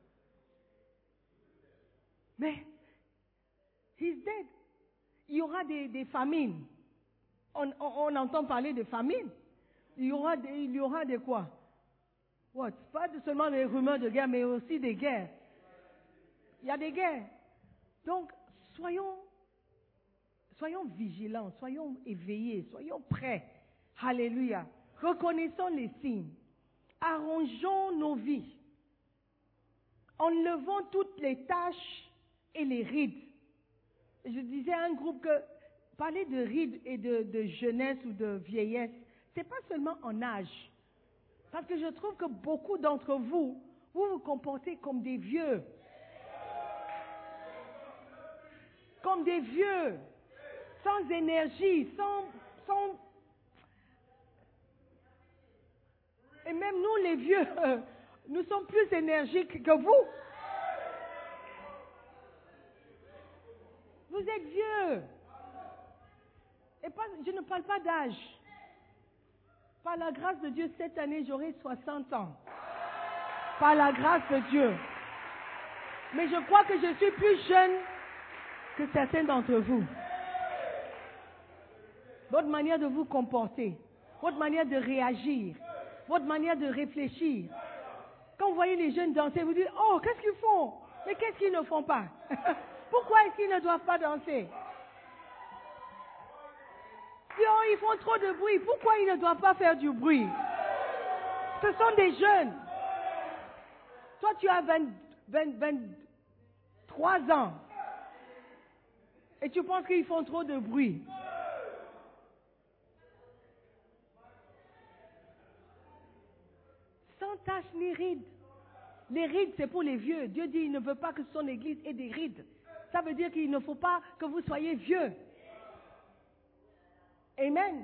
S5: Mais, he's dead. Il y aura des famines. On entend parler de famines. Il y aura des quoi? What? Pas seulement des rumeurs de guerre, mais aussi des guerres. Il y a des guerres. Donc, soyons vigilants, soyons éveillés, soyons prêts. Alléluia. Reconnaissons les signes. Arrangeons nos vies. Enlevons toutes les tâches et les rides. Je disais à un groupe que parler de rides et de jeunesse ou de vieillesse, c'est pas seulement en âge. Parce que je trouve que beaucoup d'entre vous, vous vous comportez comme des vieux. Comme des vieux, sans énergie, sans... Et même nous les vieux, Nous sommes plus énergiques que vous. Vous êtes vieux. Et je ne parle pas d'âge. Par la grâce de Dieu, cette année, j'aurai 60 ans. Par la grâce de Dieu. Mais je crois que je suis plus jeune que certains d'entre vous. Votre manière de vous comporter, votre manière de réagir, votre manière de réfléchir. Quand vous voyez les jeunes danser, vous dites, oh, qu'est-ce qu'ils font? Mais qu'est-ce qu'ils ne font pas? Pourquoi est-ce qu'ils ne doivent pas danser? Si oh, ils font trop de bruit, pourquoi ils ne doivent pas faire du bruit? Ce sont des jeunes. Toi, tu as 23 ans. Et tu penses qu'ils font trop de bruit. Sans tache ni rides. Les rides, c'est pour les vieux. Dieu dit, il ne veut pas que son église ait des rides. Ça veut dire qu'il ne faut pas que vous soyez vieux. Amen.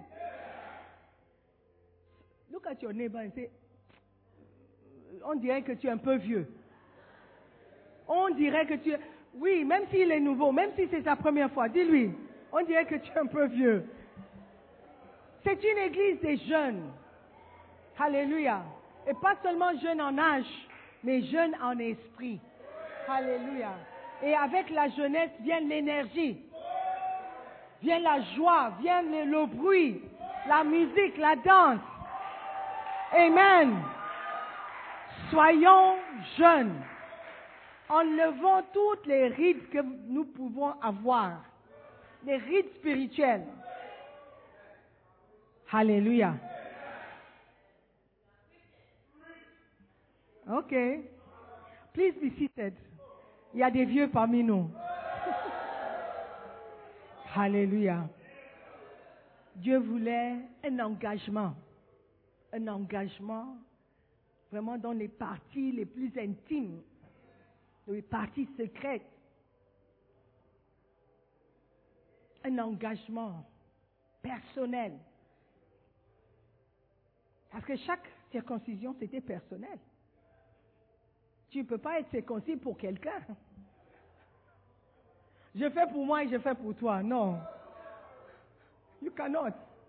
S5: Look at your neighbor and say, on dirait que tu es un peu vieux. On dirait que tu es... Oui, même s'il est nouveau, même si c'est sa première fois, dis-lui, on dirait que tu es un peu vieux. C'est une église des jeunes. Alléluia. Et pas seulement jeunes en âge, mais jeunes en esprit. Alléluia. Et avec la jeunesse vient l'énergie, vient la joie, vient le bruit, la musique, la danse. Amen. Soyons jeunes. Enlevons toutes les rides que nous pouvons avoir. Les rides spirituelles. Alléluia. Ok. Please be seated. Il y a des vieux parmi nous. Alléluia. Dieu voulait un engagement. Un engagement vraiment dans les parties les plus intimes. Les parties secrètes. Un engagement personnel. Parce que chaque circoncision, c'était personnel. Tu ne peux pas être circoncis pour quelqu'un. Je fais pour moi et je fais pour toi. Non. You cannot.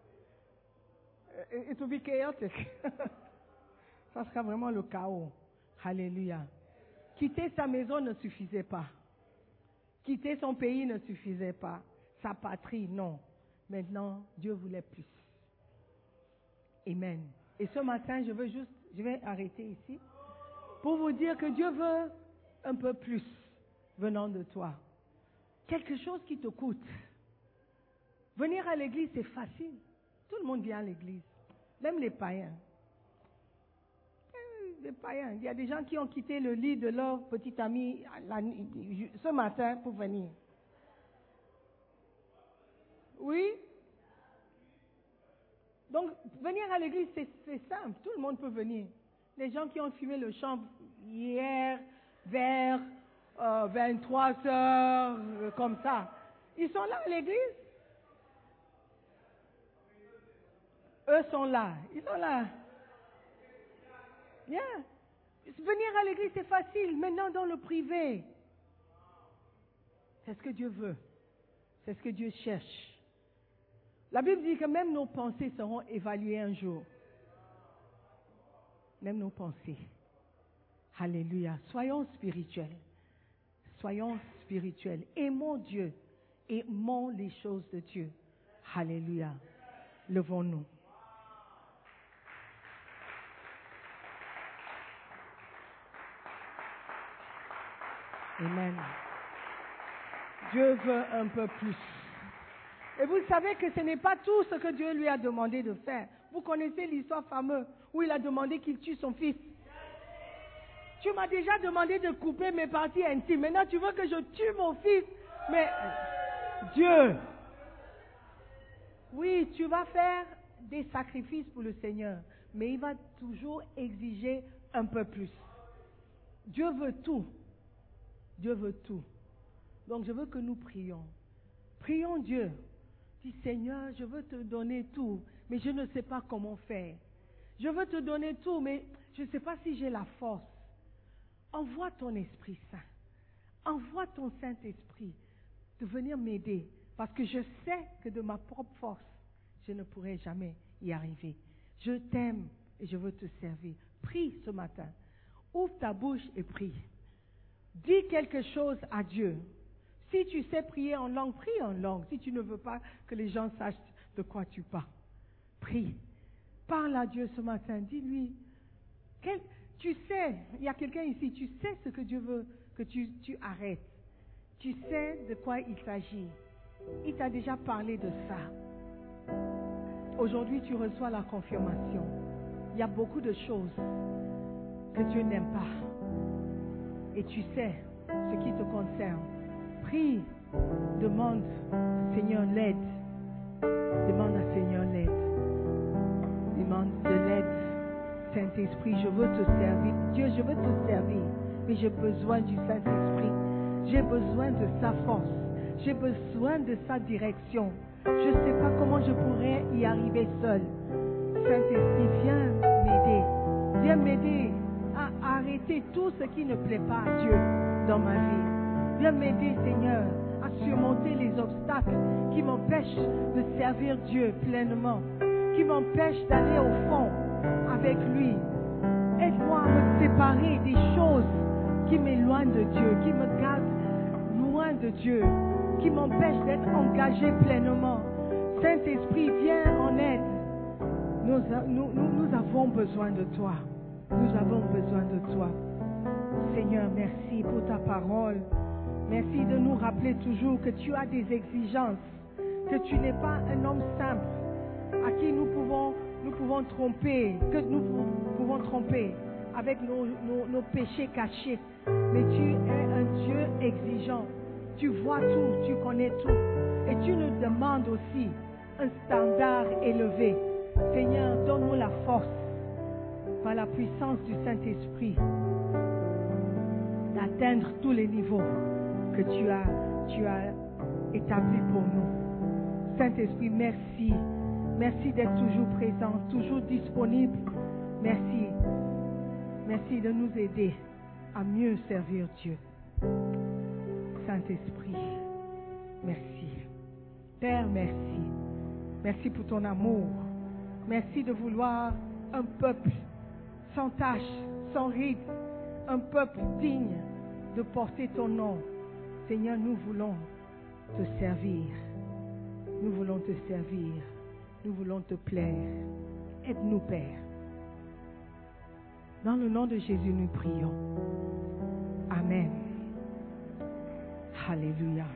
S5: It will be chaotic. Ça sera vraiment le chaos. Alléluia. Quitter sa maison ne suffisait pas. Quitter son pays ne suffisait pas. Sa patrie, non. Maintenant, Dieu voulait plus. Amen. Et ce matin, je vais arrêter ici pour vous dire que Dieu veut un peu plus venant de toi. Quelque chose qui te coûte. Venir à l'église, c'est facile. Tout le monde vient à l'église. Même les païens. Les païens. Il y a des gens qui ont quitté le lit de leur petit ami ce matin pour venir. Oui. Donc, venir à l'église, c'est simple. Tout le monde peut venir. Les gens qui ont fumé le champ hier, vers 23 heures, comme ça, ils sont là à l'église. Eux sont là. Ils sont là. Bien. Venir à l'église, c'est facile. Maintenant, dans le privé, c'est ce que Dieu veut. C'est ce que Dieu cherche. La Bible dit que même nos pensées seront évaluées un jour. Même nos pensées. Alléluia. Soyons spirituels. Soyons spirituels. Aimons Dieu. Aimons les choses de Dieu. Alléluia. Levons-nous. Amen. Dieu veut un peu plus. Et vous savez que ce n'est pas tout ce que Dieu lui a demandé de faire. Vous connaissez l'histoire fameuse où il a demandé qu'il tue son fils. Tu m'as déjà demandé de couper mes parties intimes. Maintenant, tu veux que je tue mon fils. Mais Dieu, oui, tu vas faire des sacrifices pour le Seigneur. Mais il va toujours exiger un peu plus. Dieu veut tout. Dieu veut tout. Donc, je veux que nous prions. Prions Dieu. Dis, Seigneur, je veux te donner tout, mais je ne sais pas comment faire. Je veux te donner tout, mais je ne sais pas si j'ai la force. Envoie ton Esprit Saint. Envoie ton Saint-Esprit de venir m'aider. Parce que je sais que de ma propre force, je ne pourrai jamais y arriver. Je t'aime et je veux te servir. Prie ce matin. Ouvre ta bouche et prie. Dis quelque chose à Dieu. Si tu sais prier en langue, prie en langue. Si tu ne veux pas que les gens sachent de quoi tu parles, prie. Parle à Dieu ce matin. Dis-lui. Tu sais, il y a quelqu'un ici, tu sais ce que Dieu veut que tu arrêtes. Tu sais de quoi il s'agit. Il t'a déjà parlé de ça. Aujourd'hui, tu reçois la confirmation. Il y a beaucoup de choses que Dieu n'aime pas. Et tu sais ce qui te concerne. Prie, demande Seigneur l'aide. Demande à Seigneur l'aide. Demande de l'aide. Saint-Esprit, je veux te servir. Dieu, je veux te servir. Mais j'ai besoin du Saint-Esprit. J'ai besoin de sa force. J'ai besoin de sa direction. Je ne sais pas comment je pourrais y arriver seul. Saint-Esprit, viens m'aider. Viens m'aider à arrêter tout ce qui ne plaît pas à Dieu dans ma vie. Viens m'aider, Seigneur, à surmonter les obstacles qui m'empêchent de servir Dieu pleinement, qui m'empêchent d'aller au fond avec lui. Aide-moi à me séparer des choses qui m'éloignent de Dieu, qui me gardent loin de Dieu, qui m'empêchent d'être engagé pleinement. Saint-Esprit, viens en aide. Nous avons besoin de toi. Nous avons besoin de toi. Seigneur, merci pour ta parole. Merci de nous rappeler toujours que tu as des exigences, que tu n'es pas un homme simple à qui nous pouvons tromper, que nous pouvons tromper avec nos péchés cachés. Mais tu es un Dieu exigeant. Tu vois tout, tu connais tout. Et tu nous demandes aussi un standard élevé. Seigneur, donne-nous la force, par la puissance du Saint-Esprit, d'atteindre tous les niveaux que tu as établis pour nous. Saint-Esprit, merci. Merci d'être toujours présent, toujours disponible. Merci. Merci de nous aider à mieux servir Dieu. Saint-Esprit, merci. Père, merci. Merci pour ton amour. Merci de vouloir un peuple sans tache, sans ride, un peuple digne de porter ton nom. Seigneur, nous voulons te servir. Nous voulons te servir. Nous voulons te plaire. Aide-nous, Père. Dans le nom de Jésus, nous prions. Amen. Alléluia.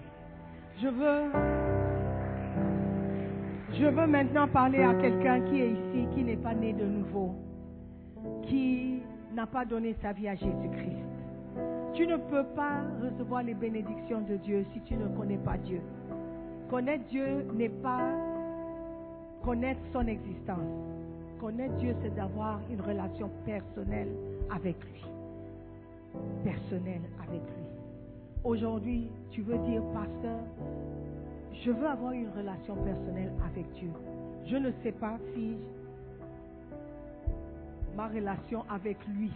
S5: Je veux maintenant parler à quelqu'un qui est ici, qui n'est pas né de nouveau, qui n'a pas donné sa vie à Jésus-Christ. Tu ne peux pas recevoir les bénédictions de Dieu si tu ne connais pas Dieu. Connaître Dieu n'est pas connaître son existence. Connaître Dieu, c'est d'avoir une relation personnelle avec lui. Personnelle avec lui. Aujourd'hui, tu veux dire, pasteur, je veux avoir une relation personnelle avec Dieu. Je ne sais pas si ma relation avec lui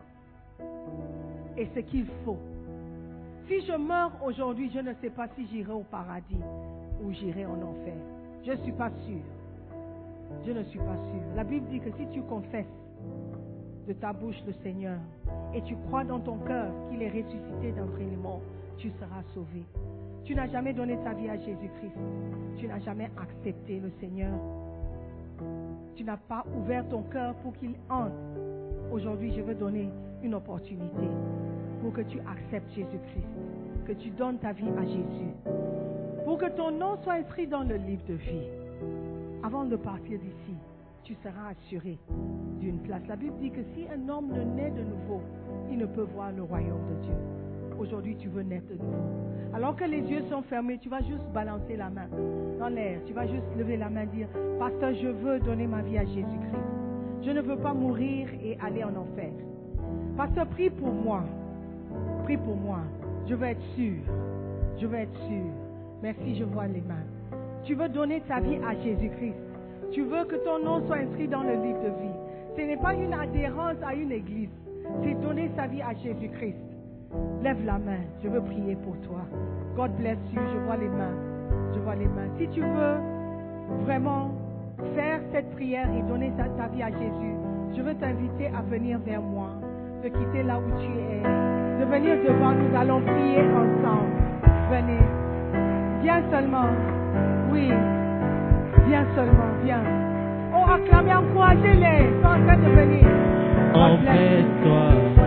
S5: est ce qu'il faut. Si je meurs aujourd'hui, je ne sais pas si j'irai au paradis ou j'irai en enfer. Je ne suis pas sûr. Je ne suis pas sûr. La Bible dit que si tu confesses de ta bouche le Seigneur et tu crois dans ton cœur qu'il est ressuscité d'entre les morts, tu seras sauvé. Tu n'as jamais donné ta vie à Jésus-Christ. Tu n'as jamais accepté le Seigneur. Tu n'as pas ouvert ton cœur pour qu'il entre. Aujourd'hui, je veux donner une opportunité pour que tu acceptes Jésus-Christ, que tu donnes ta vie à Jésus, pour que ton nom soit inscrit dans le livre de vie. Avant de partir d'ici, tu seras assuré d'une place. La Bible dit que si un homme ne naît de nouveau, il ne peut voir le royaume de Dieu. Aujourd'hui, tu veux naître de nouveau. Alors que les yeux sont fermés, tu vas juste balancer la main dans l'air. Tu vas juste lever la main et dire, pasteur, je veux donner ma vie à Jésus-Christ. Je ne veux pas mourir et aller en enfer. Pasteur, prie pour moi. Prie pour moi. Je veux être sûr. Je veux être sûr. Merci, je vois les mains. Tu veux donner ta vie à Jésus-Christ. Tu veux que ton nom soit inscrit dans le livre de vie. Ce n'est pas une adhérence à une église. C'est donner sa vie à Jésus-Christ. Lève la main. Je veux prier pour toi. God bless you. Je vois les mains. Je vois les mains. Si tu veux vraiment faire cette prière et donner ta vie à Jésus, je veux t'inviter à venir vers moi, de quitter là où tu es, de venir devant. Nous allons prier ensemble. Venez. Viens seulement. Oui. Viens seulement. Viens. Oh, acclamez, encouragez-les. Ils sont en train de venir.
S3: Empresse-toi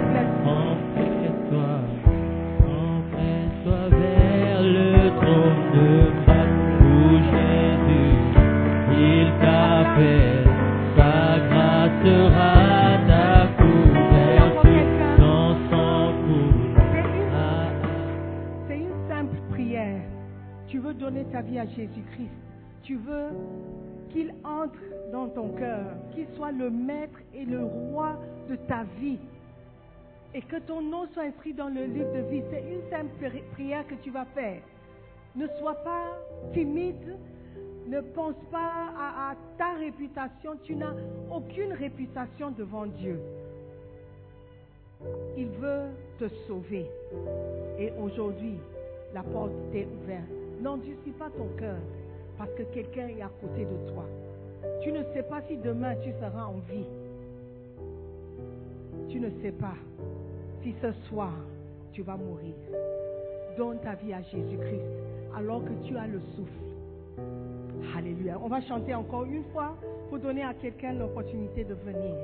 S3: vers le trône de grâce où Jésus, il t'appelle, sa grâce sera ta couverture dans son cou.
S5: C'est une simple prière. Tu veux donner ta vie à Jésus-Christ. Tu veux qu'il entre dans ton cœur, qu'il soit le maître et le roi de ta vie. Et que ton nom soit inscrit dans le livre de vie. C'est une simple prière que tu vas faire. Ne sois pas timide. Ne pense pas à ta réputation. Tu n'as aucune réputation devant Dieu. Il veut te sauver. Et aujourd'hui, la porte t'est ouverte. N'endurcis pas ton cœur parce que quelqu'un est à côté de toi. Tu ne sais pas si demain tu seras en vie. Tu ne sais pas si ce soir tu vas mourir. Donne ta vie à Jésus-Christ alors que tu as le souffle. Alléluia. On va chanter encore une fois pour donner à quelqu'un l'opportunité de venir.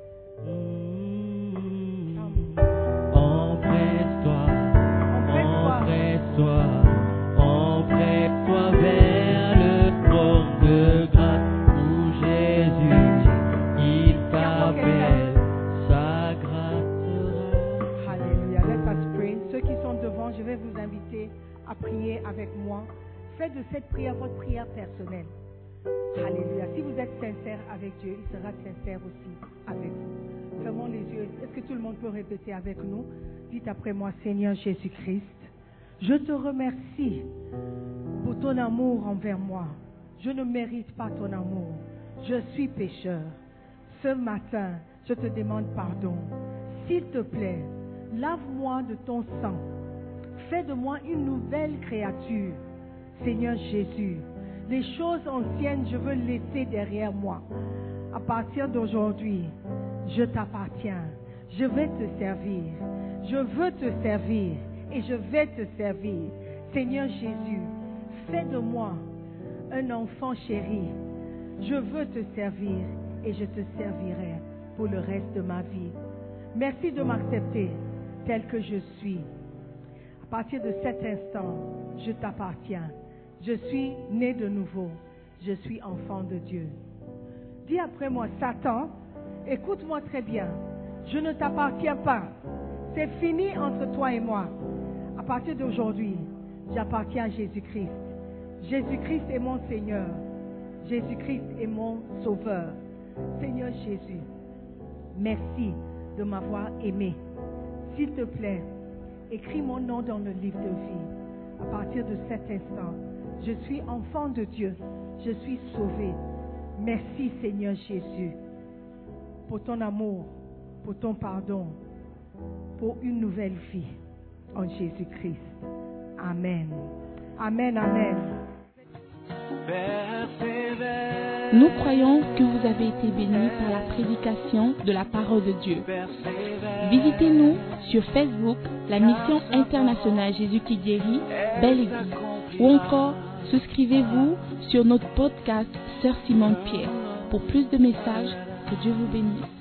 S3: Empresse-toi vers le trône de grâce où Jésus, il t'appelle, sa grâce sera.
S5: Alléluia. Let us pray. Ceux qui sont devant, je vais vous inviter à prier avec moi. Faites de cette prière votre prière personnelle. Alléluia. Si vous êtes sincère avec Dieu, il sera sincère aussi avec vous. Fermons les yeux. Est-ce que tout le monde peut répéter avec nous? Dites après moi, Seigneur Jésus-Christ, je te remercie pour ton amour envers moi. Je ne mérite pas ton amour. Je suis pécheur. Ce matin, je te demande pardon. S'il te plaît, lave-moi de ton sang. Fais de moi une nouvelle créature. Seigneur Jésus, les choses anciennes, je veux laisser derrière moi. À partir d'aujourd'hui, je t'appartiens. Je vais te servir. Je veux te servir et je vais te servir. Seigneur Jésus, fais de moi un enfant chéri. Je veux te servir et je te servirai pour le reste de ma vie. Merci de m'accepter tel que je suis. À partir de cet instant, je t'appartiens. Je suis né de nouveau. Je suis enfant de Dieu. Dis après moi, Satan, écoute-moi très bien. Je ne t'appartiens pas. C'est fini entre toi et moi. À partir d'aujourd'hui, j'appartiens à Jésus-Christ. Jésus-Christ est mon Seigneur. Jésus-Christ est mon Sauveur. Seigneur Jésus, merci de m'avoir aimé. S'il te plaît, écris mon nom dans le livre de vie. À partir de cet instant, je suis enfant de Dieu. Je suis sauvé. Merci Seigneur Jésus pour ton amour, pour ton pardon, pour une nouvelle vie en Jésus-Christ. Amen. Amen, amen.
S2: Nous croyons que vous avez été bénis par la prédication de la parole de Dieu. Visitez-nous sur Facebook, la mission internationale Jésus qui guérit, Belle Église, ou encore souscrivez-vous sur notre podcast Sœur Simone Pierre. Pour plus de messages, que Dieu vous bénisse.